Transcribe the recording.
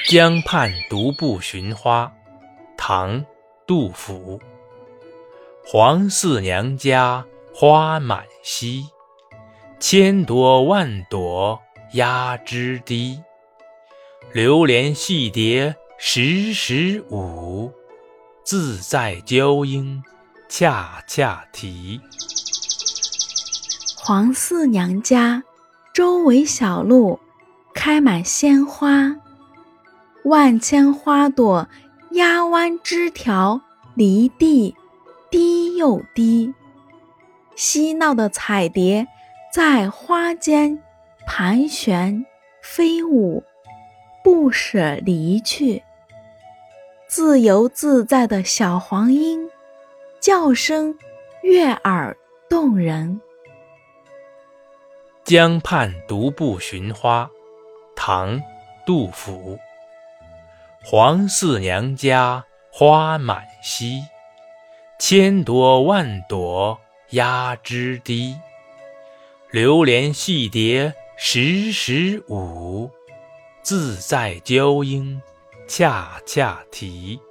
江畔独步寻花，唐·杜甫。黄四娘家花满蹊，千朵万朵压枝低。流连戏蝶时时舞，自在娇莺恰恰啼。 黄四娘家周围小路开满鲜花，万千花朵压弯枝条离地低又低。嬉闹的彩蝶在花间盘旋飞舞，不舍离去。自由自在的小黄莺，叫声悦耳动人。 江畔独步寻花，唐·杜甫。黄四娘家花满蹊，千朵万朵压枝低。流连戏蝶时时舞，自在娇莺恰恰啼。